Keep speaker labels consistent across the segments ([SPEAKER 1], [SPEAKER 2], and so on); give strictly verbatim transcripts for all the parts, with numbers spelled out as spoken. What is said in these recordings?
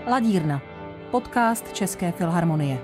[SPEAKER 1] Ladírna, podcast České filharmonie.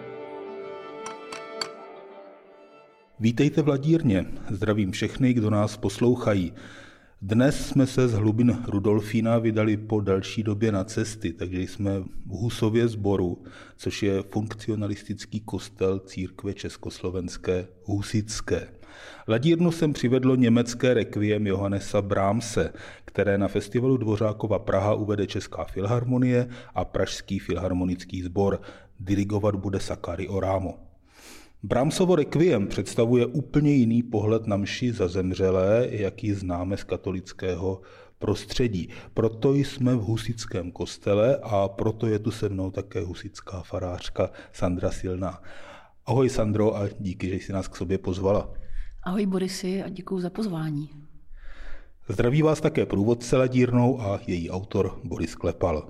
[SPEAKER 2] Vítejte v Ladírně, zdravím všechny, kdo nás poslouchají. Dnes jsme se z hlubin Rudolfína vydali po další době na cesty, takže jsme v Husově Sboru, což je funkcionalistický kostel církve československé husitské. Ladírnu sem přivedlo německé requiem Johannesa Brahmse, které na festivalu Dvořákova Praha uvede Česká filharmonie a Pražský filharmonický sbor. Dirigovat bude Sakari Oramo. Brahmsovo requiem představuje úplně jiný pohled na mši za zemřelé, jaký známe z katolického prostředí. Proto jsme v husitském kostele a proto je tu se mnou také husitská farářka Sandra Silná. Ahoj Sandro a díky, že jsi nás k sobě pozvala.
[SPEAKER 3] Ahoj Borisy a děkuji za pozvání.
[SPEAKER 2] Zdraví vás také průvodce Ladírnou a její autor Boris Klepal.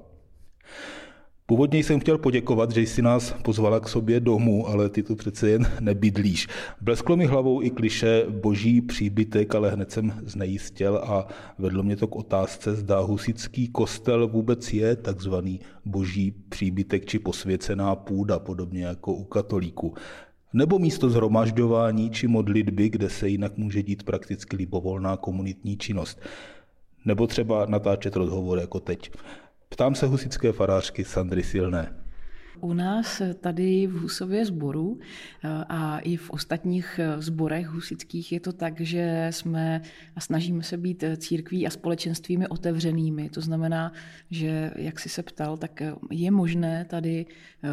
[SPEAKER 2] Původně jsem chtěl poděkovat, že jsi nás pozvala k sobě domů, ale ty tu přece jen nebydlíš. Blesklo mi hlavou i klišé boží příbytek, ale hned jsem znejistěl a vedlo mě to k otázce, zda husitský kostel vůbec je takzvaný boží příbytek či posvěcená půda, podobně jako u katolíků. Nebo místo shromažďování či modlitby, kde se jinak může dít prakticky libovolná komunitní činnost. Nebo třeba natáčet rozhovor jako teď. Ptám se husitské farářky Sandry Silné.
[SPEAKER 3] U nás tady v Husově Sboru a i v ostatních sborech husitských je to tak, že jsme a snažíme se být církví a společenstvími otevřenými. To znamená, že, jak jsi se ptal, tak je možné tady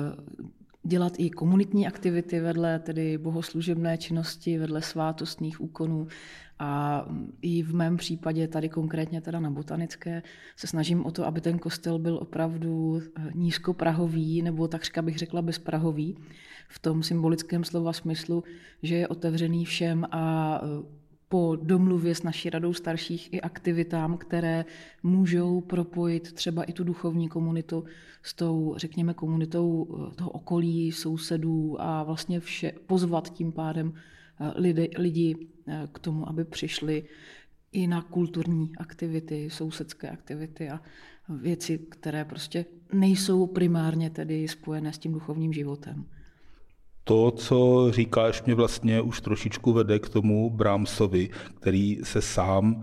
[SPEAKER 3] dělat i komunitní aktivity vedle tedy bohoslužebné činnosti, vedle svátostných úkonů. A i v mém případě, tady konkrétně teda na Botanické, se snažím o to, aby ten kostel byl opravdu nízkoprahový, nebo takřka bych řekla bezprahový, v tom symbolickém slova smyslu, že je otevřený všem a po domluvě s naší radou starších i aktivitám, které můžou propojit třeba i tu duchovní komunitu s tou, řekněme, komunitou toho okolí, sousedů a vlastně vše, pozvat tím pádem lidi, lidi k tomu, aby přišli i na kulturní aktivity, sousedské aktivity a věci, které prostě nejsou primárně tedy spojené s tím duchovním životem.
[SPEAKER 2] To, co říkáš, mě vlastně už trošičku vede k tomu Brahmsovi, který se sám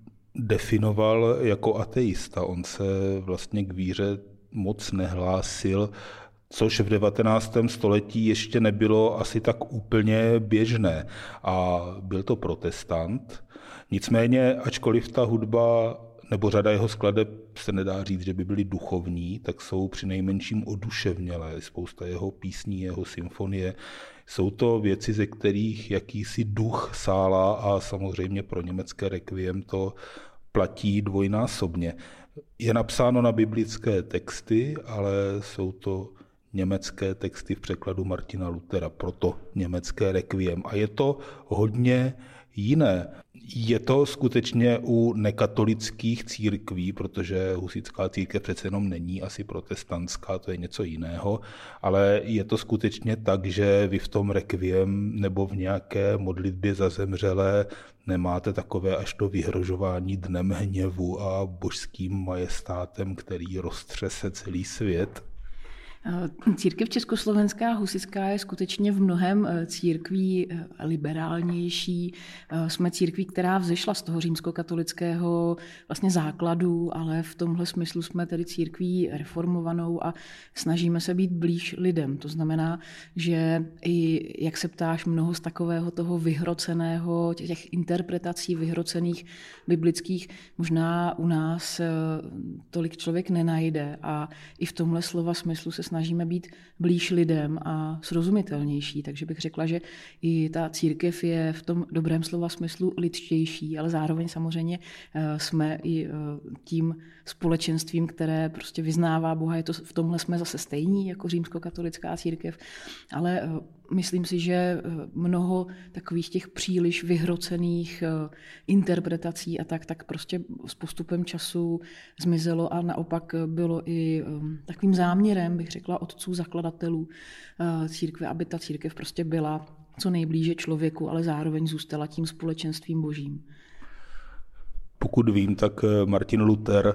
[SPEAKER 2] definoval jako ateista. On se vlastně k víře moc nehlásil, což v devatenáctém století ještě nebylo asi tak úplně běžné. A byl to protestant. Nicméně, ačkoliv ta hudba nebo řada jeho skladeb se nedá říct, že by byly duchovní, tak jsou přinejmenším oduševnělé. Spousta jeho písní, jeho symfonie. Jsou to věci, ze kterých jakýsi duch sála a samozřejmě pro německé requiem to platí dvojnásobně. Je napsáno na biblické texty, ale jsou to německé texty v překladu Martina Luthera, proto německé requiem. A je to hodně jiné. Je to skutečně u nekatolických církví, protože husitská církev přece jenom není asi protestantská, to je něco jiného, ale je to skutečně tak, že vy v tom requiem nebo v nějaké modlitbě za zemřelé nemáte takové až to vyhrožování dnem hněvu a božským majestátem, který roztřese celý svět.
[SPEAKER 3] Církev československá husitská je skutečně v mnohem církví liberálnější. Jsme církví, která vzešla z toho římskokatolického vlastně základu, ale v tomhle smyslu jsme tedy církví reformovanou a snažíme se být blíž lidem. To znamená, že i, jak se ptáš, mnoho z takového toho vyhroceného, těch interpretací vyhrocených biblických, možná u nás tolik člověk nenajde a i v tomhle slova smyslu se snažíme být blíž lidem a srozumitelnější, takže bych řekla, že i ta církev je v tom dobrém slova smyslu lidštější, ale zároveň samozřejmě jsme i tím společenstvím, které prostě vyznává Boha, je to, v tomhle jsme zase stejní jako římskokatolická církev, ale myslím si, že mnoho takových těch příliš vyhrocených interpretací a tak, tak prostě s postupem času zmizelo a naopak bylo i takovým záměrem, bych řekla, otců zakladatelů církve, aby ta církev prostě byla co nejblíže člověku, ale zároveň zůstala tím společenstvím božím.
[SPEAKER 2] Pokud vím, tak Martin Luther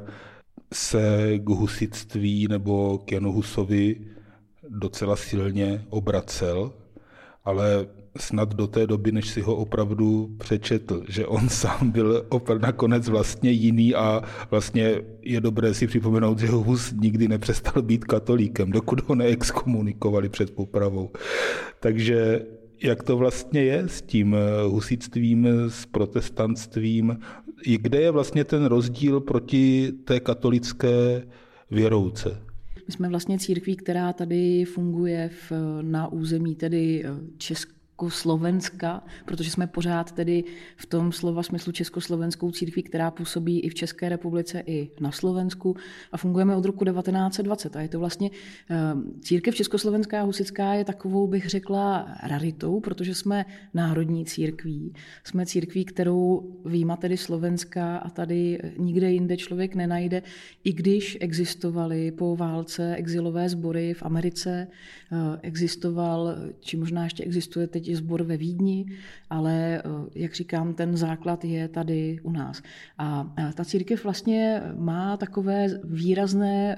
[SPEAKER 2] se k husitství nebo k Janu Husovi docela silně obracel, ale snad do té doby, než si ho opravdu přečetl, že on sám byl opravdu nakonec vlastně jiný a vlastně je dobré si připomenout, že Hus nikdy nepřestal být katolíkem, dokud ho neexkomunikovali před popravou. Takže jak to vlastně je s tím husitstvím, s protestantstvím, kde je vlastně ten rozdíl proti té katolické věrouce?
[SPEAKER 3] My jsme vlastně církví, která tady funguje v, na území tedy Československa, protože jsme pořád tedy v tom slova smyslu československou církví, která působí i v České republice, i na Slovensku a fungujeme od roku devatenáct set dvacet. A je to vlastně církev československá husitská je takovou, bych řekla, raritou, protože jsme národní církví. Jsme církví, kterou výjima tedy Slovenska a tady nikde jinde člověk nenajde, i když existovaly po válce exilové sbory v Americe, existoval, či možná ještě existuje teď sbor ve Vídni, ale jak říkám, ten základ je tady u nás. A ta církev vlastně má takové výrazné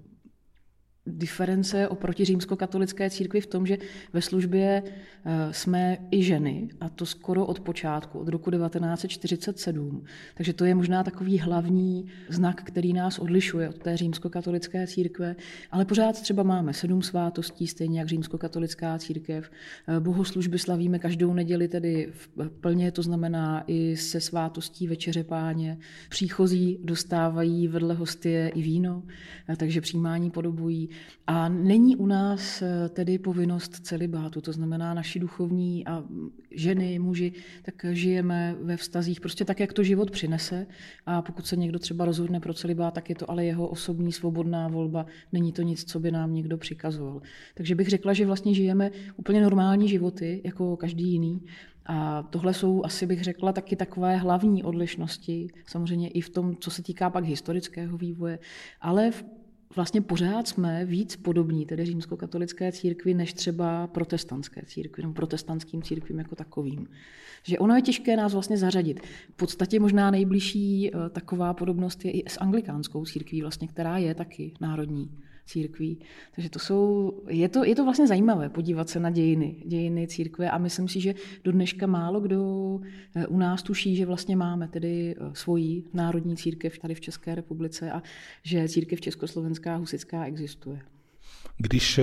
[SPEAKER 3] diference oproti římskokatolické církvi v tom, že ve službě jsme i ženy, a to skoro od počátku, od roku devatenáct set čtyřicet sedm. Takže to je možná takový hlavní znak, který nás odlišuje od té římskokatolické církve, ale pořád třeba máme sedm svátostí, stejně jak římskokatolická církev. Bohoslužby slavíme každou neděli tedy v plně, to znamená i se svátostí Večeře Páně. Příchozí dostávají vedle hostie i víno, takže přijímání podobují. A není u nás tedy povinnost celibátu, to znamená naši duchovní a ženy, muži, tak žijeme ve vztazích prostě tak, jak to život přinese a pokud se někdo třeba rozhodne pro celibát, tak je to ale jeho osobní svobodná volba, není to nic, co by nám někdo přikazoval. Takže bych řekla, že vlastně žijeme úplně normální životy, jako každý jiný. A tohle jsou asi, bych řekla, taky takové hlavní odlišnosti, samozřejmě i v tom, co se týká pak historického vývoje, ale v vlastně pořád jsme víc podobní tedy římskokatolické církvi, než třeba protestantské církvi, nebo protestantským církvím jako takovým. Že ono je těžké nás vlastně zařadit. V podstatě možná nejbližší taková podobnost je i s anglikánskou církví, vlastně, která je taky národní církví. Takže to jsou, je, to, je to vlastně zajímavé podívat se na dějiny, dějiny církve a myslím si, že do dneška málo kdo u nás tuší, že vlastně máme tedy svoji národní církev tady v České republice a že církev československá husitská existuje.
[SPEAKER 2] Když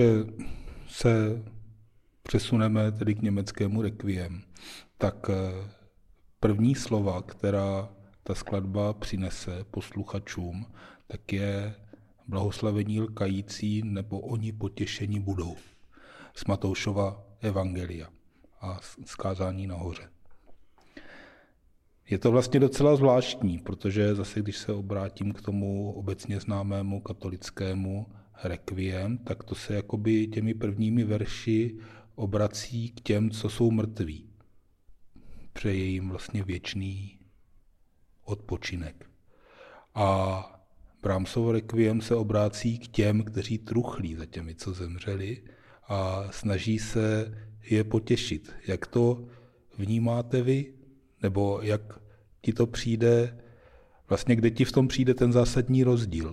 [SPEAKER 2] se přesuneme tedy k německému rekviem, tak první slova, která ta skladba přinese posluchačům, tak je blahoslavení lkající, nebo oni potěšení budou. Z Matoušova evangelia a zkázání nahoře. Je to vlastně docela zvláštní, protože zase, když se obrátím k tomu obecně známému katolickému rekviem, tak to se jakoby těmi prvními verši obrací k těm, co jsou mrtví. Přeje jim vlastně věčný odpočinek. A Brahmsovo rekviem se obrácí k těm, kteří truchlí za těmi, co zemřeli a snaží se je potěšit. Jak to vnímáte vy? Nebo jak ti to přijde, vlastně kde ti v tom přijde ten zásadní rozdíl?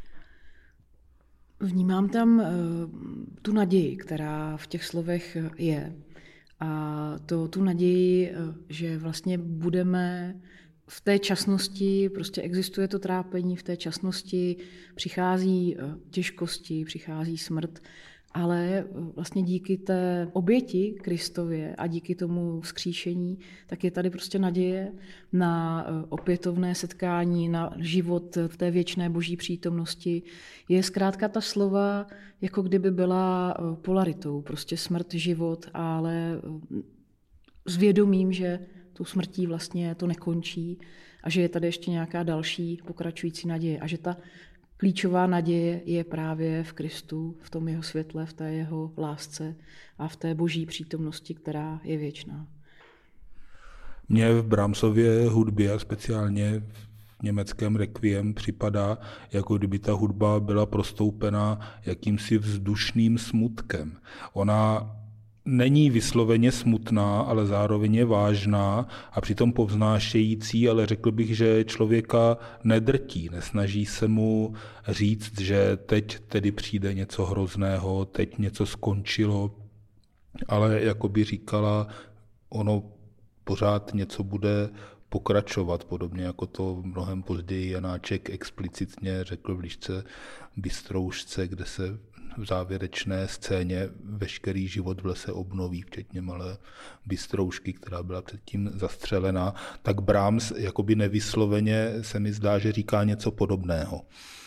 [SPEAKER 3] Vnímám tam tu naději, která v těch slovech je. A to, tu naději, že vlastně budeme v té časnosti, prostě existuje to trápení, v té časnosti přichází těžkosti, přichází smrt, ale vlastně díky té oběti Kristově a díky tomu vzkříšení, tak je tady prostě naděje na opětovné setkání, na život v té věčné boží přítomnosti. Je zkrátka ta slova, jako kdyby byla polaritou, prostě smrt, život, ale s vědomím, že tou smrtí vlastně to nekončí a že je tady ještě nějaká další pokračující naděje a že ta klíčová naděje je právě v Kristu, v tom jeho světle, v té jeho lásce a v té boží přítomnosti, která je věčná.
[SPEAKER 2] Mně v Brahmsově hudbě a speciálně v německém rekviem připadá, jako kdyby ta hudba byla prostoupena jakýmsi vzdušným smutkem. Ona není vysloveně smutná, ale zároveň je vážná a přitom povznášející, ale řekl bych, že člověka nedrtí, nesnaží se mu říct, že teď tedy přijde něco hrozného, teď něco skončilo, ale jako by říkala, ono pořád něco bude pokračovat, podobně jako to mnohem později Janáček explicitně řekl v Lišce Bystroušce, kde se v závěrečné scéně veškerý život v lese obnoví, včetně malé Bystroušky, která byla předtím zastřelená, tak Brahms jakoby nevysloveně se mi zdá, že říká něco podobného.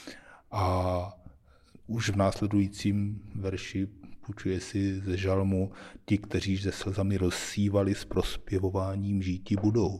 [SPEAKER 2] A už v následujícím verši půjčuje si ze žalmu: ti, kteří se slzami rozsívali, s prospěvováním žíti budou.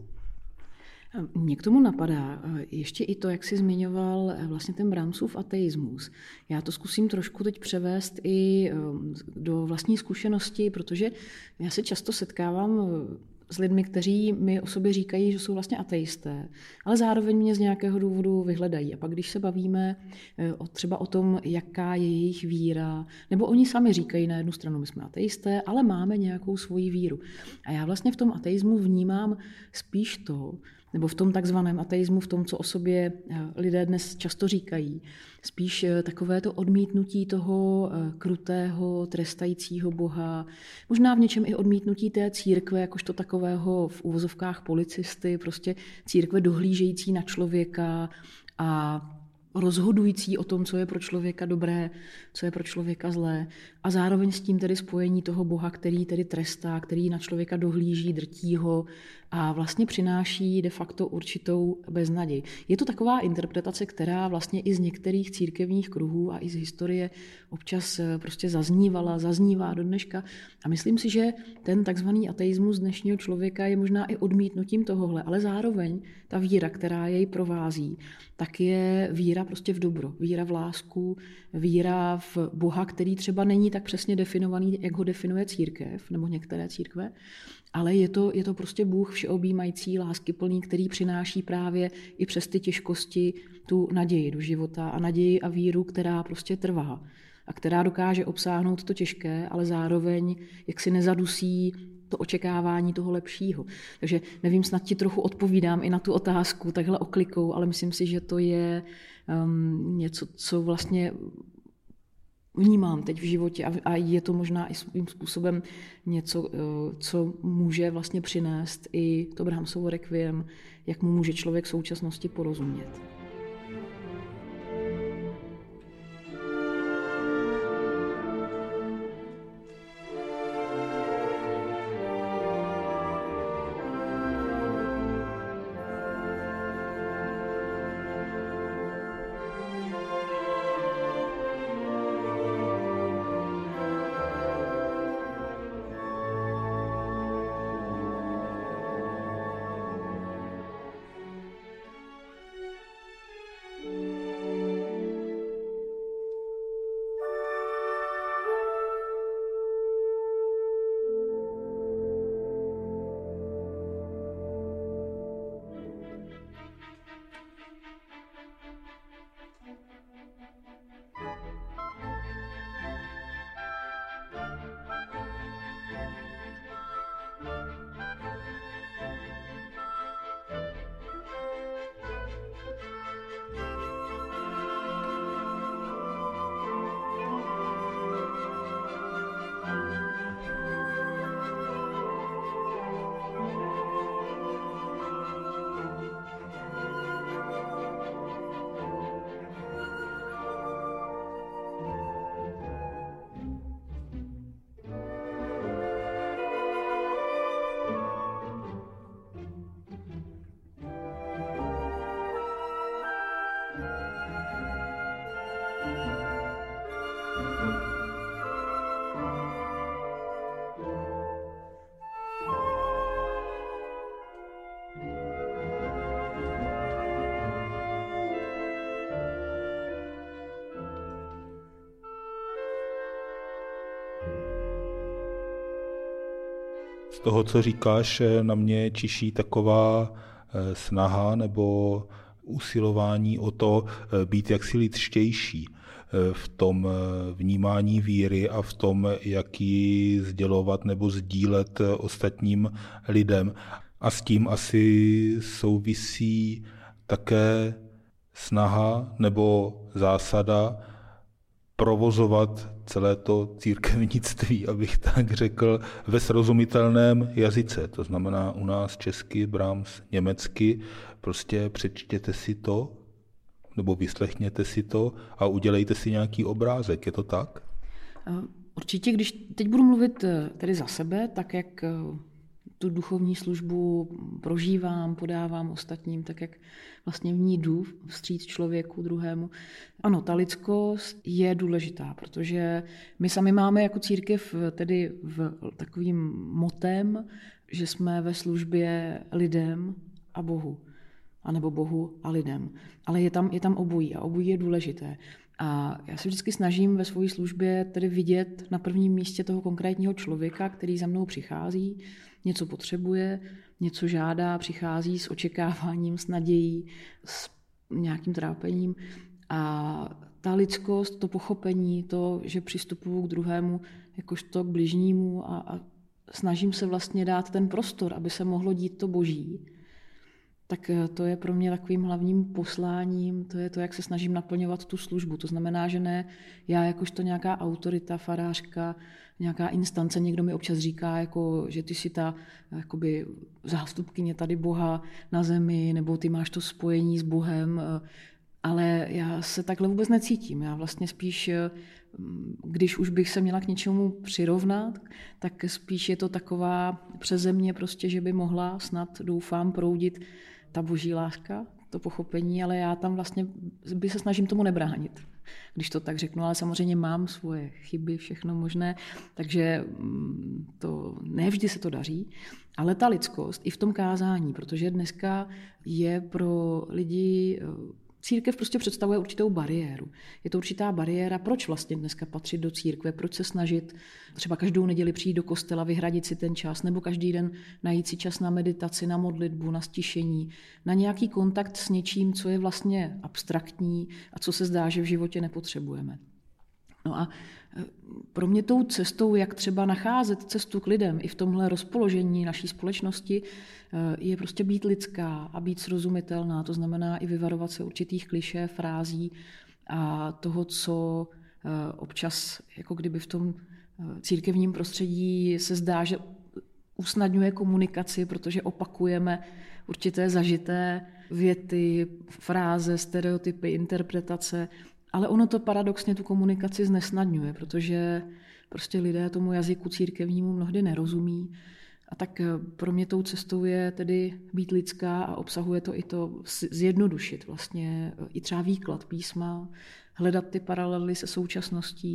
[SPEAKER 3] Mě k tomu napadá ještě i to, jak jsi zmiňoval vlastně ten Brahmsův ateismus. Já to zkusím trošku teď převést i do vlastní zkušenosti, protože já se často setkávám s lidmi, kteří mi o sobě říkají, že jsou vlastně ateisté, ale zároveň mě z nějakého důvodu vyhledají. A pak, když se bavíme třeba o tom, jaká je jejich víra, nebo oni sami říkají na jednu stranu, my jsme ateisté, ale máme nějakou svoji víru. A já vlastně v tom ateismu vnímám spíš to, nebo v tom takzvaném ateismu, v tom, co o sobě lidé dnes často říkají, spíš takové to odmítnutí toho krutého, trestajícího Boha, možná v něčem i odmítnutí té církve, jakožto takového v uvozovkách policisty, prostě církve dohlížející na člověka a rozhodující o tom, co je pro člověka dobré, co je pro člověka zlé, a zároveň s tím tedy spojení toho Boha, který tedy trestá, který na člověka dohlíží, drtí ho a vlastně přináší de facto určitou beznaděj. Je to taková interpretace, která vlastně i z některých církevních kruhů a i z historie občas prostě zaznívala, zaznívá do dneška. A myslím si, že ten takzvaný ateismus dnešního člověka je možná i odmítnutím tohohle, ale zároveň ta víra, která jej provází, tak je víra prostě v dobro, víra v lásku, víra v Boha, který třeba není tak přesně definovaný, jak ho definuje církev nebo některé církve, ale je to, je to prostě Bůh všeobjímající, láskyplný, který přináší právě i přes ty těžkosti tu naději do života a naději a víru, která prostě trvá a která dokáže obsáhnout to těžké, ale zároveň jak si nezadusí to očekávání toho lepšího. Takže nevím, snad ti trochu odpovídám i na tu otázku takhle oklikou, ale myslím si, že to je um, něco, co vlastně vnímám teď v životě a, a je to možná i svým způsobem něco, co může vlastně přinést i to Brahmsovo rekviem, jak mu může člověk v současnosti porozumět.
[SPEAKER 2] Z toho, co říkáš, na mě čiší taková snaha nebo usilování o to být jaksi lidštější. v tom vnímání víry a v tom, jak ji sdělovat nebo sdílet ostatním lidem. A s tím asi souvisí také snaha nebo zásada provozovat celé to církevnictví, abych tak řekl, ve srozumitelném jazyce. To znamená u nás česky, Brahms německy. Prostě přečtěte si to, nebo vyslechněte si to a udělejte si nějaký obrázek. Je to tak?
[SPEAKER 3] Určitě, když teď budu mluvit tedy za sebe, tak jak tu duchovní službu prožívám, podávám ostatním, tak jak vlastně v ní jdu vstříc člověku druhému. Ano, ta lidskost je důležitá, protože my sami máme jako církev tedy v takovým motem, že jsme ve službě lidem a Bohu, anebo Bohu a lidem. Ale je tam, je tam obojí a obojí je důležité. A já se vždycky snažím ve své službě tedy vidět na prvním místě toho konkrétního člověka, který za mnou přichází, něco potřebuje, něco žádá, přichází s očekáváním, s nadějí, s nějakým trápením. A ta lidskost, to pochopení, to, že přistupuju k druhému jakožto k bližnímu a, a snažím se vlastně dát ten prostor, aby se mohlo dít to boží, tak to je pro mě takovým hlavním posláním, to je to, jak se snažím naplňovat tu službu. To znamená, že ne já jakožto nějaká autorita, farářka, nějaká instance, někdo mi občas říká, jako, že ty jsi ta jakoby, zástupkyně tady Boha na zemi, nebo ty máš to spojení s Bohem, ale já se takhle vůbec necítím. Já vlastně spíš, když už bych se měla k něčemu přirovnat, tak spíš je to taková přeze mě prostě, že by mohla snad, doufám, proudit ta boží láska, to pochopení, ale já tam vlastně by se snažím tomu nebránit, když to tak řeknu, ale samozřejmě mám svoje chyby, všechno možné, takže to, ne vždy se to daří, ale ta lidskost i v tom kázání, protože dneska je pro lidi církev prostě představuje určitou bariéru. Je to určitá bariéra, proč vlastně dneska patřit do církve, proč se snažit třeba každou neděli přijít do kostela, vyhradit si ten čas, nebo každý den najít si čas na meditaci, na modlitbu, na stišení, na nějaký kontakt s něčím, co je vlastně abstraktní a co se zdá, že v životě nepotřebujeme. No a pro mě tou cestou, jak třeba nacházet cestu k lidem i v tomhle rozpoložení naší společnosti, je prostě být lidská a být srozumitelná. To znamená i vyvarovat se určitých klišé, frází a toho, co občas, jako kdyby v tom církevním prostředí se zdá, že usnadňuje komunikaci, protože opakujeme určité zažité věty, fráze, stereotypy, interpretace, ale ono to paradoxně tu komunikaci znesnadňuje, protože prostě lidé tomu jazyku církevnímu mnohdy nerozumí. A tak pro mě tou cestou je tedy být lidská a obsahuje to i to zjednodušit vlastně i třeba výklad písma, hledat ty paralely se současností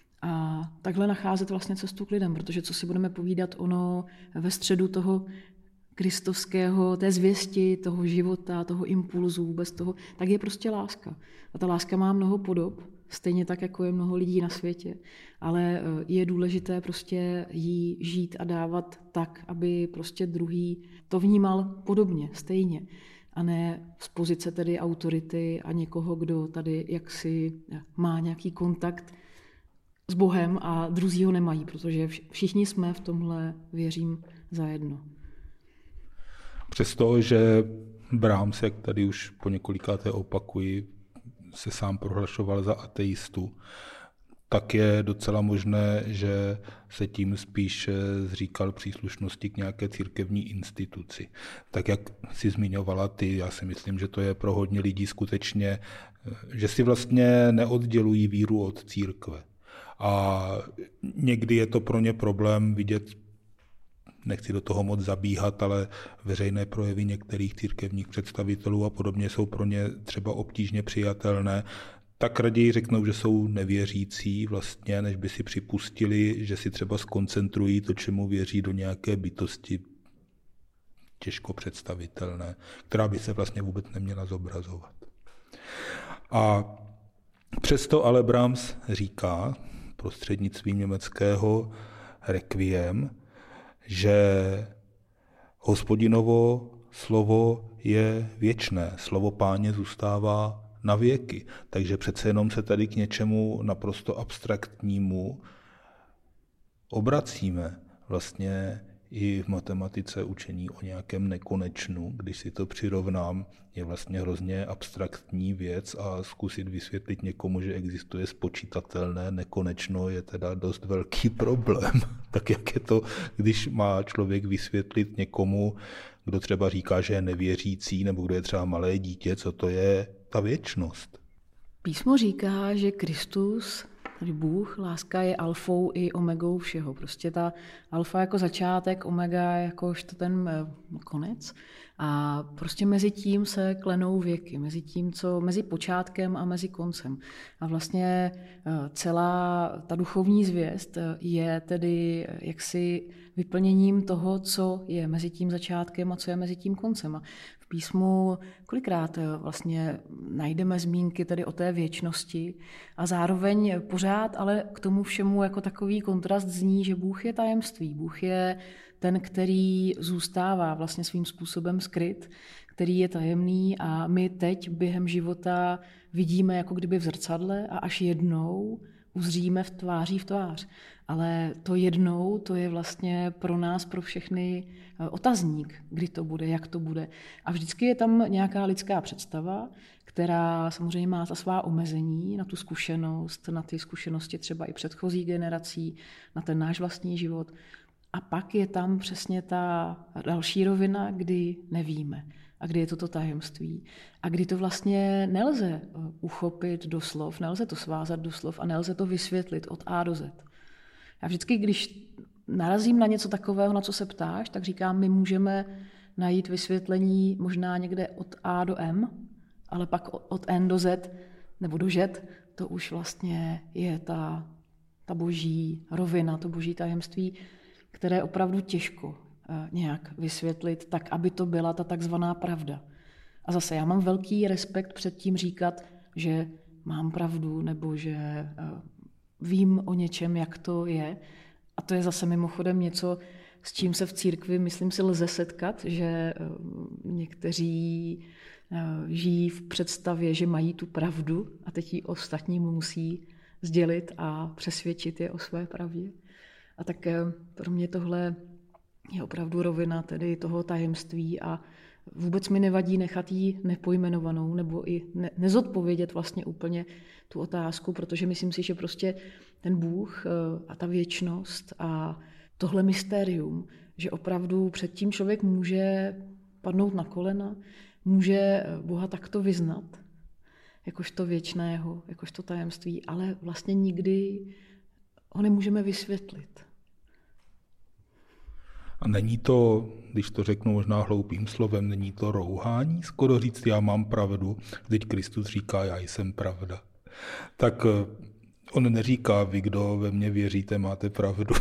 [SPEAKER 3] a takhle nacházet vlastně cestu k lidem, protože co si budeme povídat, ono ve středu toho kristovského, té zvěsti, toho života, toho impulzu, vůbec toho, tak je prostě láska. A ta láska má mnoho podob, stejně tak, jako je mnoho lidí na světě, ale je důležité prostě jí žít a dávat tak, aby prostě druhý to vnímal podobně, stejně, a ne z pozice tedy autority a někoho, kdo tady jaksi má nějaký kontakt s Bohem a druzí ho nemají, protože všichni jsme v tomhle, věřím, zajedno.
[SPEAKER 2] Přesto, že Brahms, jak tady už po několikáté opakuji, se sám prohlašoval za ateistu, tak je docela možné, že se tím spíš zříkal příslušnosti k nějaké církevní instituci. Tak jak si zmiňovala ty, já si myslím, že to je pro hodně lidí skutečně, že si vlastně neoddělují víru od církve. A někdy je to pro ně problém vidět, nechci do toho moc zabíhat, ale veřejné projevy některých církevních představitelů a podobně jsou pro ně třeba obtížně přijatelné, tak raději řeknou, že jsou nevěřící vlastně, než by si připustili, že si třeba skoncentrují to, čemu věří, do nějaké bytosti těžko představitelné, která by se vlastně vůbec neměla zobrazovat. A přesto ale Brahms říká prostřednictvím německého Requiem, že Hospodinovo slovo je věčné, slovo Páně zůstává na věky. Takže přece jenom se tady k něčemu naprosto abstraktnímu obracíme. Vlastně i v matematice učení o nějakém nekonečnu, když si to přirovnám, je vlastně hrozně abstraktní věc a zkusit vysvětlit někomu, že existuje spočítatelné nekonečno, je teda dost velký problém. Tak jak je to, když má člověk vysvětlit někomu, kdo třeba říká, že je nevěřící, nebo kdo je třeba malé dítě, co to je ta věčnost?
[SPEAKER 3] Písmo říká, že Kristus, tedy Bůh, láska je alfou i omegou všeho. Prostě ta alfa jako začátek, omega jakožto ten konec. A prostě mezi tím se klenou věky, mezi tím, co mezi počátkem a mezi koncem. A vlastně celá ta duchovní zvěst je tedy jaksi vyplněním toho, co je mezi tím začátkem a co je mezi tím koncem. A v písmu kolikrát vlastně najdeme zmínky tedy o té věčnosti a zároveň pořád, ale k tomu všemu jako takový kontrast zní, že Bůh je tajemství. Bůh je ten, který zůstává vlastně svým způsobem skryt, který je tajemný a my teď během života vidíme jako kdyby v zrcadle a až jednou uzříme v tváří v tvář. Ale to jednou, to je vlastně pro nás, pro všechny otazník, kdy to bude, jak to bude. A vždycky je tam nějaká lidská představa, která samozřejmě má ta svá omezení na tu zkušenost, na ty zkušenosti třeba i předchozí generací, na ten náš vlastní život. A pak je tam přesně ta další rovina, kdy nevíme a kdy je toto tajemství a kdy to vlastně nelze uchopit do slov, nelze to svázat do slov a nelze to vysvětlit od A do Z. Já vždycky, když narazím na něco takového, na co se ptáš, tak říkám, my můžeme najít vysvětlení možná někde od A do M, ale pak od N do Z nebo do Ž, to už vlastně je ta, ta boží rovina, to boží tajemství, které je opravdu těžko nějak vysvětlit, tak aby to byla ta takzvaná pravda. A zase já mám velký respekt před tím říkat, že mám pravdu nebo že vím o něčem, jak to je. A to je zase mimochodem něco, s čím se v církvi, myslím si, lze setkat, že někteří žijí v představě, že mají tu pravdu a teď ji ostatnímu musí sdělit a přesvědčit je o své pravdě. A tak pro mě tohle je opravdu rovina tedy toho tajemství a vůbec mi nevadí nechat ji nepojmenovanou nebo i ne- nezodpovědět vlastně úplně tu otázku, protože myslím si, že prostě ten Bůh a ta věčnost a tohle mystérium, že opravdu předtím člověk může padnout na kolena, může Boha takto vyznat, jakožto věčného, jakožto tajemství, ale vlastně nikdy ho nemůžeme vysvětlit.
[SPEAKER 2] A není to, když to řeknu možná hloupým slovem, není to rouhání? Skoro říct, já mám pravdu, teď Kristus říká, já jsem pravda. Tak on neříká, vy, kdo ve mně věříte, máte pravdu.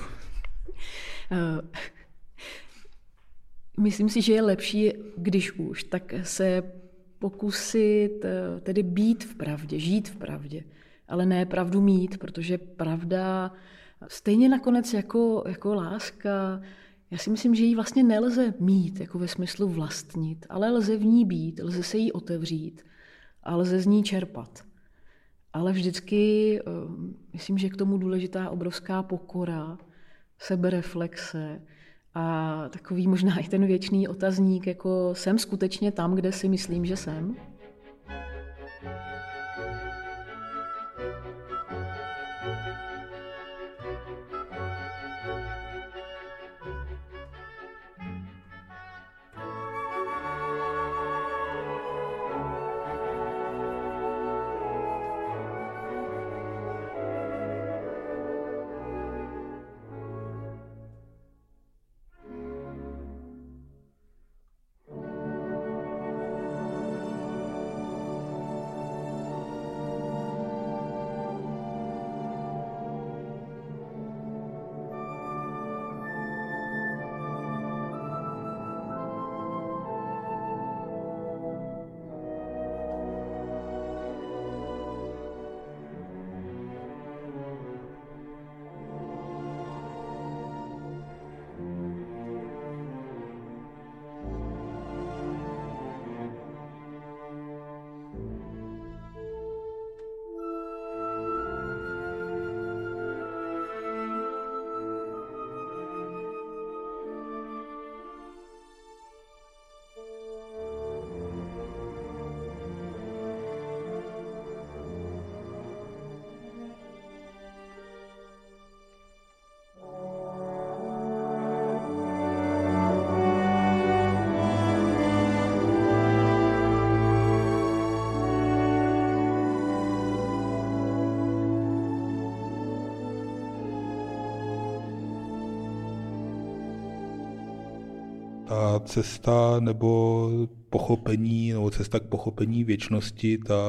[SPEAKER 3] Myslím si, že je lepší, když už, tak se pokusit tedy být v pravdě, žít v pravdě, ale ne pravdu mít, protože pravda stejně nakonec jako, jako láska, já si myslím, že ji vlastně nelze mít, jako ve smyslu vlastnit, ale lze v ní být, lze se jí otevřít a lze z ní čerpat. Ale vždycky, myslím, že k tomu důležitá obrovská pokora, sebereflexe a takový možná i ten věčný otazník, jako jsem skutečně tam, kde si myslím, že jsem.
[SPEAKER 2] Ta cesta nebo pochopení, nebo cesta k pochopení věčnosti, ta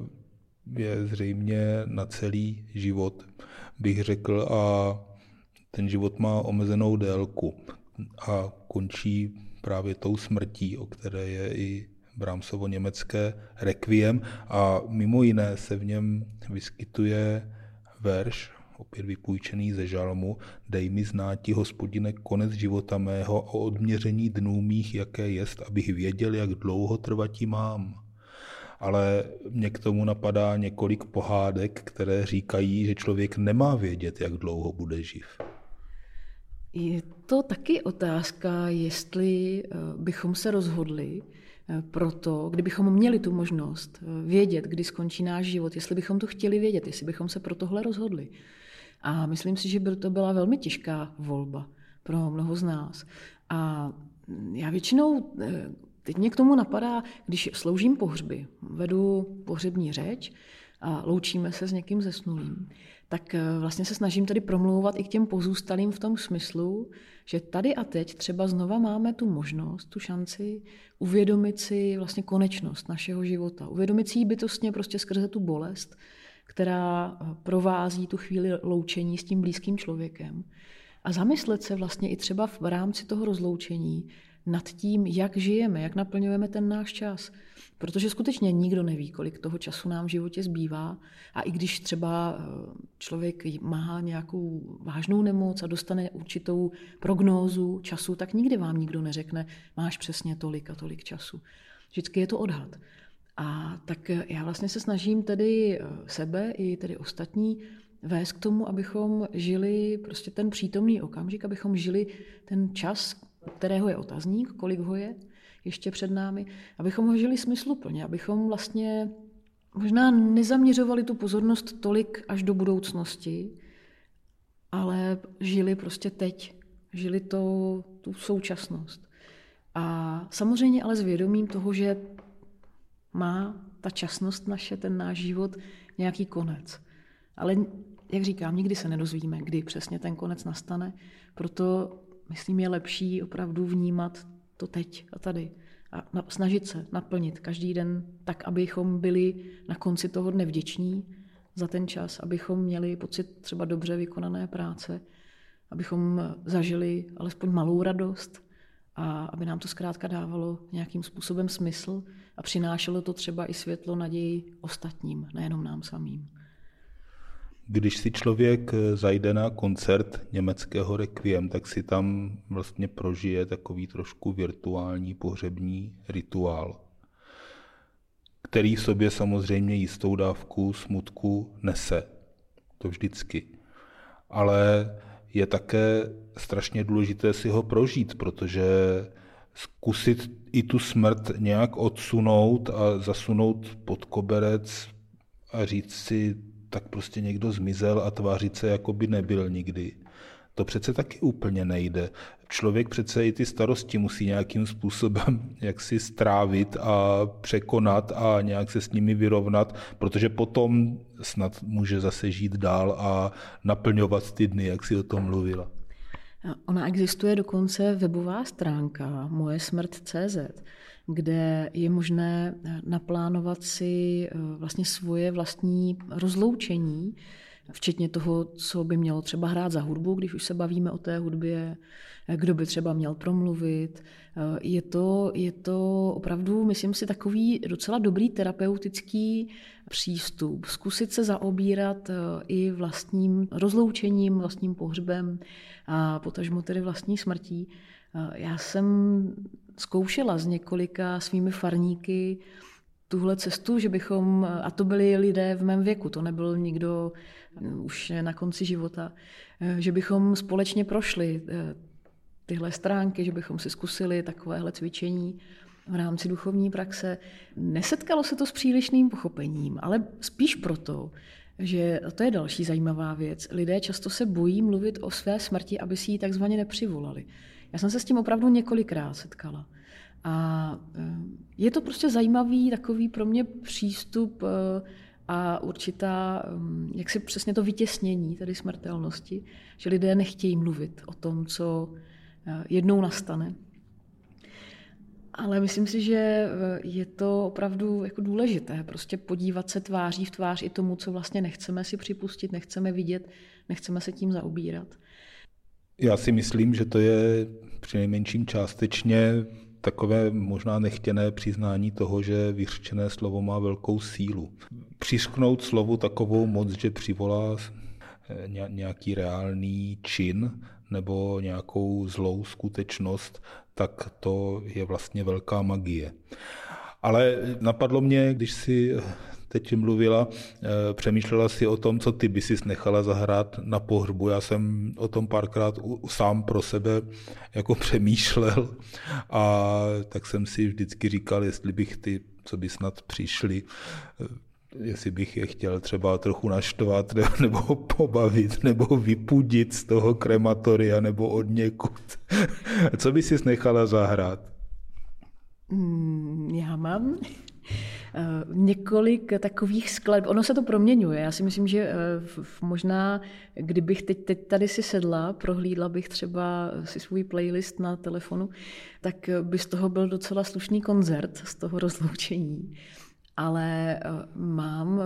[SPEAKER 2] je zřejmě na celý život, bych řekl, a ten život má omezenou délku a končí právě tou smrtí, o které je i Brahmsovo německé Requiem, a mimo jiné se v něm vyskytuje verš, opět vypůjčený ze žalmu: Dej mi znáti, Hospodine, konec života mého, o odměření dnů mých, jaké jest, abych věděl, jak dlouho trvati mám. Ale mě k tomu napadá několik pohádek, které říkají, že člověk nemá vědět, jak dlouho bude živ.
[SPEAKER 3] Je to taky otázka, jestli bychom se rozhodli proto, kdybychom měli tu možnost vědět, kdy skončí náš život, jestli bychom to chtěli vědět, jestli bychom se pro tohle rozhodli. A myslím si, že by to byla velmi těžká volba pro mnoho z nás. A já většinou, teď mě k tomu napadá, když sloužím pohřby, vedu pohřební řeč a loučíme se s někým zesnulým, tak vlastně se snažím tady promlouvat i k těm pozůstalým v tom smyslu, že tady a teď třeba znova máme tu možnost, tu šanci uvědomit si vlastně konečnost našeho života. Uvědomit si ji bytostně prostě skrze tu bolest, která provází tu chvíli loučení s tím blízkým člověkem. A zamyslet se vlastně i třeba v rámci toho rozloučení nad tím, jak žijeme, jak naplňujeme ten náš čas. Protože skutečně nikdo neví, kolik toho času nám v životě zbývá. A i když třeba člověk má nějakou vážnou nemoc a dostane určitou prognózu času, tak nikdy vám nikdo neřekne, máš přesně tolik a tolik času. Vždycky je to odhad. A tak já vlastně se snažím tedy sebe i tedy ostatní vést k tomu, abychom žili prostě ten přítomný okamžik, abychom žili ten čas, kterého je otazník, kolik ho je ještě před námi, abychom ho žili smysluplně, abychom vlastně možná nezaměřovali tu pozornost tolik až do budoucnosti, ale žili prostě teď, žili to, tu současnost. A samozřejmě ale s vědomím toho, že má ta časnost naše, ten náš život nějaký konec. Ale jak říkám, nikdy se nedozvíme, kdy přesně ten konec nastane, proto myslím, je lepší opravdu vnímat to teď a tady a snažit se naplnit každý den tak, abychom byli na konci toho dne vděční za ten čas, abychom měli pocit třeba dobře vykonané práce, abychom zažili alespoň malou radost a aby nám to zkrátka dávalo nějakým způsobem smysl a přinášelo to třeba i světlo naději ostatním, nejenom nám samým.
[SPEAKER 2] Když si člověk zajde na koncert německého Requiem, tak si tam vlastně prožije takový trošku virtuální pohřební rituál, který v sobě samozřejmě jistou dávku smutku nese. To vždycky. Ale je také strašně důležité si ho prožít, protože zkusit i tu smrt nějak odsunout a zasunout pod koberec a říct si, tak prostě někdo zmizel a tvářit se, jako by nebyl nikdy. To přece taky úplně nejde. Člověk přece i ty starosti musí nějakým způsobem jaksi strávit a překonat a nějak se s nimi vyrovnat, protože potom snad může zase žít dál a naplňovat ty dny, jak si o tom mluvila.
[SPEAKER 3] Ona existuje dokonce webová stránka moje smrt tečka cé zet, kde je možné naplánovat si vlastně svoje vlastní rozloučení, včetně toho, co by mělo třeba hrát za hudbu, když už se bavíme o té hudbě, kdo by třeba měl promluvit. Je to, je to opravdu, myslím si, takový docela dobrý terapeutický přístup. Zkusit se zaobírat i vlastním rozloučením, vlastním pohřbem a potažmo tedy vlastní smrtí. Já jsem zkoušela s několika svými farníky tuhle cestu, že bychom, a to byli lidé v mém věku, to nebyl nikdo už na konci života, že bychom společně prošli tyhle stránky, že bychom si zkusili takovéhle cvičení v rámci duchovní praxe. Nesetkalo se to s přílišným pochopením, ale spíš proto, že to je další zajímavá věc. Lidé často se bojí mluvit o své smrti, aby si ji takzvaně nepřivolali. Já jsem se s tím opravdu několikrát setkala. A je to prostě zajímavý takový pro mě přístup a určitá, jak si přesně to vytěsnění tedy smrtelnosti, že lidé nechtějí mluvit o tom, co jednou nastane. Ale myslím si, že je to opravdu jako důležité, prostě podívat se tváří v tvář i tomu, co vlastně nechceme si připustit, nechceme vidět, nechceme se tím zaobírat.
[SPEAKER 2] Já si myslím, že to je přinejmenším částečně takové možná nechtěné přiznání toho, že vyřčené slovo má velkou sílu. Přišknout slovu takovou moc, že přivolá nějaký reálný čin nebo nějakou zlou skutečnost, tak to je vlastně velká magie. Ale napadlo mě, když si teď mluvila, přemýšlela si o tom, co ty by si nechala zahrát na pohřbu. Já jsem o tom párkrát sám pro sebe jako přemýšlel a tak jsem si vždycky říkal, jestli bych ty, co by snad přišli, jestli bych je chtěl třeba trochu naštvat, nebo pobavit, nebo vypudit z toho krematoria, nebo od někud. Co by si nechala zahrát?
[SPEAKER 3] Já mám několik takových skladeb. Ono se to proměňuje. Já si myslím, že možná, kdybych teď, teď tady si sedla, prohlídla bych třeba si svůj playlist na telefonu, tak by z toho byl docela slušný koncert, z toho rozloučení. Ale mám,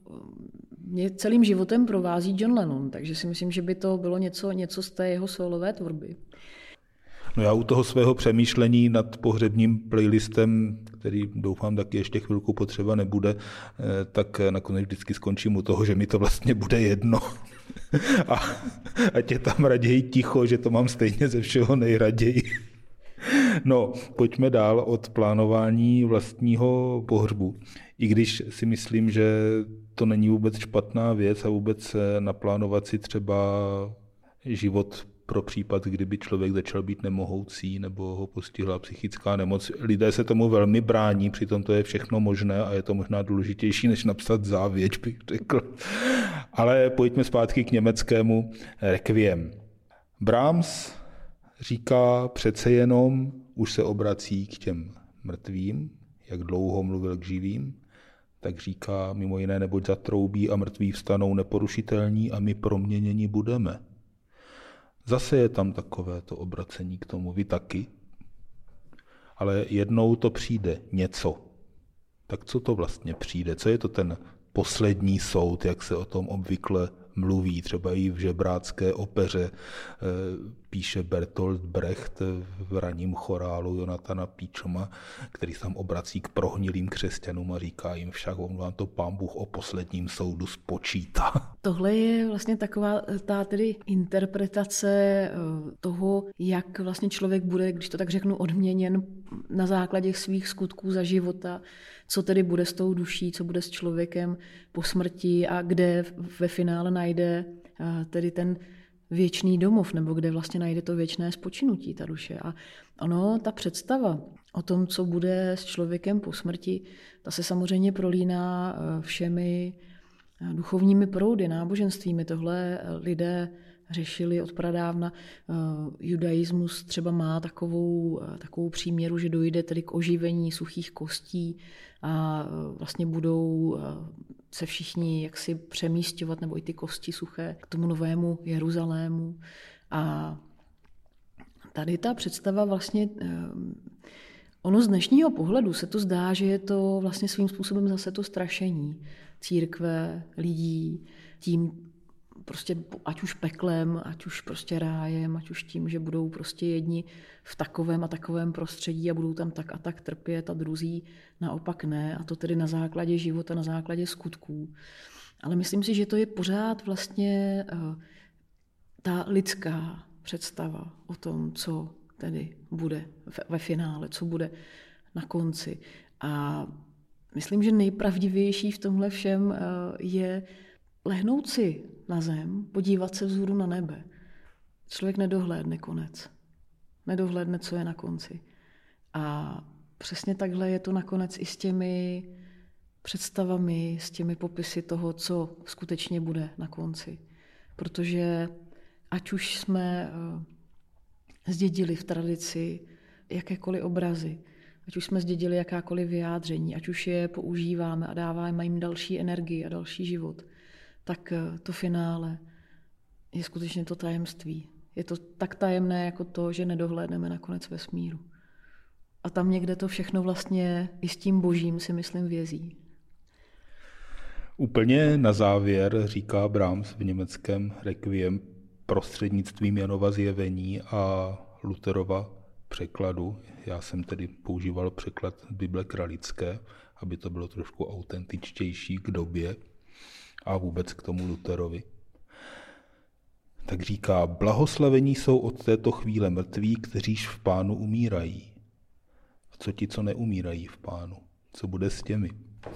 [SPEAKER 3] mě celým životem provází John Lennon, takže si myslím, že by to bylo něco, něco z té jeho solové tvorby.
[SPEAKER 2] No já u toho svého přemýšlení nad pohřebním playlistem, který doufám taky ještě chvilku potřeba nebude, tak nakonec vždycky skončím u toho, že mi to vlastně bude jedno. A ať je tam raději ticho, že to mám stejně ze všeho nejraději. No, pojďme dál od plánování vlastního pohřbu. I když si myslím, že to není vůbec špatná věc a vůbec naplánovat si třeba život pro případ, kdyby člověk začal být nemohoucí nebo ho postihla psychická nemoc. Lidé se tomu velmi brání, přitom to je všechno možné a je to možná důležitější, než napsat závěť, bych řekl. Ale pojďme zpátky k německému Requiem. Brahms říká přece jenom, už se obrací k těm mrtvým, jak dlouho mluvil k živým, tak říká mimo jiné, neboť zatroubí a mrtví vstanou neporušitelní a my proměněni budeme. Zase je tam takové to obracení k tomu, vy taky, ale jednou to přijde něco. Tak co to vlastně přijde? Co je to ten poslední soud, jak se o tom obvykle mluví, třeba i v žebrácké opeře píše Bertolt Brecht v ranním chorálu Jonathana Píčoma, který se tam obrací k prohnilým křesťanům a říká jim však, on vám to Pán Bůh o posledním soudu spočítá.
[SPEAKER 3] Tohle je vlastně taková ta tedy interpretace toho, jak vlastně člověk bude, když to tak řeknu, odměněn na základě svých skutků za života, co tedy bude s tou duší, co bude s člověkem po smrti a kde ve finále najde tedy ten věčný domov, nebo kde vlastně najde to věčné spočinutí, ta duše. A ono, ta představa o tom, co bude s člověkem po smrti, ta se samozřejmě prolíná všemi duchovními proudy, náboženstvími. Tohle lidé řešili od pradávna. Judaismus třeba má takovou, takovou příměru, že dojde tedy k oživení suchých kostí a vlastně budou se všichni jaksi přemísťovat, nebo i ty kosti suché, k tomu novému Jeruzalému. A tady ta představa vlastně, ono z dnešního pohledu se to zdá, že je to vlastně svým způsobem zase to strašení církve, lidí, tím prostě ať už peklem, ať už prostě rájem, ať už tím, že budou prostě jedni v takovém a takovém prostředí a budou tam tak a tak trpět a druzí naopak ne. A to tedy na základě života, na základě skutků. Ale myslím si, že to je pořád vlastně ta lidská představa o tom, co tedy bude ve finále, co bude na konci. A myslím, že nejpravdivější v tomhle všem je lehnout si na zem, podívat se vzhůru na nebe. Člověk nedohlédne konec. Nedohlédne, co je na konci. A přesně takhle je to nakonec i s těmi představami, s těmi popisy toho, co skutečně bude na konci. Protože ať už jsme zdědili v tradici jakékoliv obrazy, ať už jsme zdědili jakákoliv vyjádření, ať už je používáme a dáváme jim další energii a další život, tak to finále je skutečně to tajemství. Je to tak tajemné jako to, že nedohlédneme na konec vesmíru. A tam někde to všechno vlastně i s tím božím si myslím vězí.
[SPEAKER 2] Úplně na závěr říká Brahms v německém Requiem prostřednictvím Janova zjevení a Lutherova překladu. Já jsem tedy používal překlad Bible Kralické, aby to bylo trošku autentičtější k době a vůbec k tomu Lutherovi. Tak říká, blahoslavení jsou od této chvíle mrtví, kteříž v Pánu umírají. A co ti, co neumírají v Pánu? Co bude s těmi?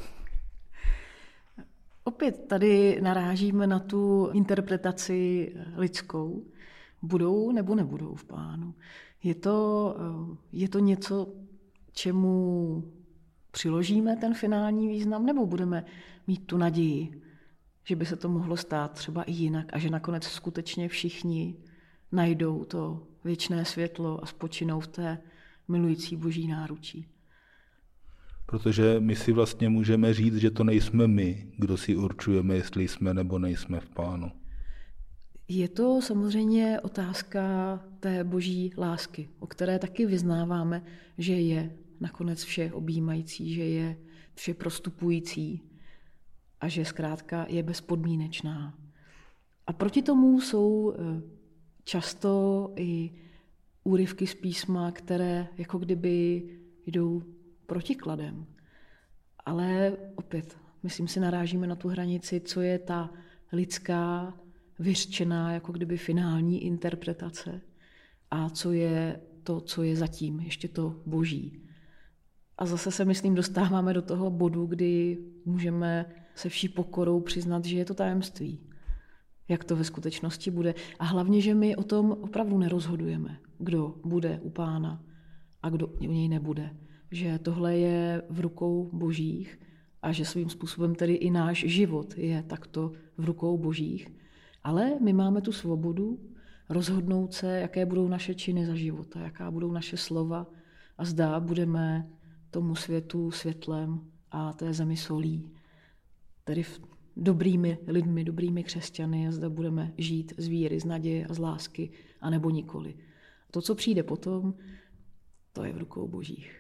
[SPEAKER 3] Opět tady narážíme na tu interpretaci lidskou. Budou nebo nebudou v Pánu. Je to, je to něco, čemu přiložíme ten finální význam, nebo budeme mít tu naději, že by se to mohlo stát třeba i jinak a že nakonec skutečně všichni najdou to věčné světlo a spočinou v té milující boží náručí.
[SPEAKER 2] Protože my si vlastně můžeme říct, že to nejsme my, kdo si určujeme, jestli jsme nebo nejsme v Pánu.
[SPEAKER 3] Je to samozřejmě otázka té boží lásky, o které taky vyznáváme, že je nakonec vše objímající, že je vše prostupující a že zkrátka je bezpodmínečná. A proti tomu jsou často i úryvky z písma, které jako kdyby jdou protikladem. Ale opět, myslím si, narážíme na tu hranici, co je ta lidská, vyřčená jako kdyby finální interpretace a co je to, co je zatím, ještě to boží. A zase se, myslím, dostáváme do toho bodu, kdy můžeme se vší pokorou přiznat, že je to tajemství, jak to ve skutečnosti bude. A hlavně, že my o tom opravdu nerozhodujeme, kdo bude u Pána a kdo u něj nebude. Že tohle je v rukou božích a že svým způsobem tedy i náš život je takto v rukou božích. Ale my máme tu svobodu rozhodnout se, jaké budou naše činy za života, jaká budou naše slova a zda budeme tomu světu světlem a té zemi solí. Tedy dobrými lidmi, dobrými křesťany a zda budeme žít z víry, z naděje a z lásky, anebo nikoli. To, co přijde potom, to je v rukou božích.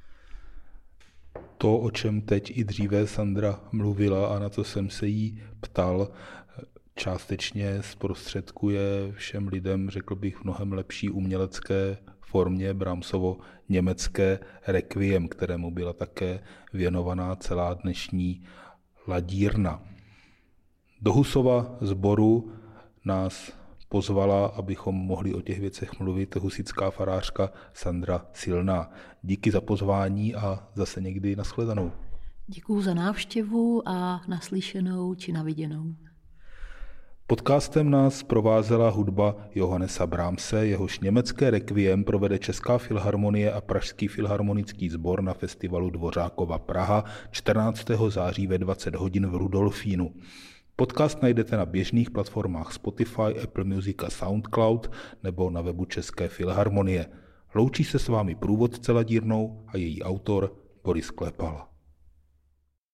[SPEAKER 2] To, o čem teď i dříve Sandra mluvila a na co jsem se jí ptal, částečně zprostředkuje všem lidem, řekl bych, v mnohem lepší umělecké formě Brahmsovo německé Requiem, kterému byla také věnovaná celá dnešní ladírna. Do Husova sboru nás pozvala, abychom mohli o těch věcech mluvit, husitská farářka Sandra Silná. Díky za pozvání a zase někdy nashledanou.
[SPEAKER 3] Děkuju za návštěvu a naslyšenou či naviděnou.
[SPEAKER 2] Podcastem nás provázela hudba Johannesa Brahmse, jehož německé Requiem provede Česká filharmonie a Pražský filharmonický sbor na festivalu Dvořákova Praha čtrnáctého září ve dvacet hodin v Rudolfínu. Podcast najdete na běžných platformách Spotify, Apple Music a SoundCloud nebo na webu České filharmonie. Loučí se s vámi průvodce ladírnou a její autor Boris Klepal.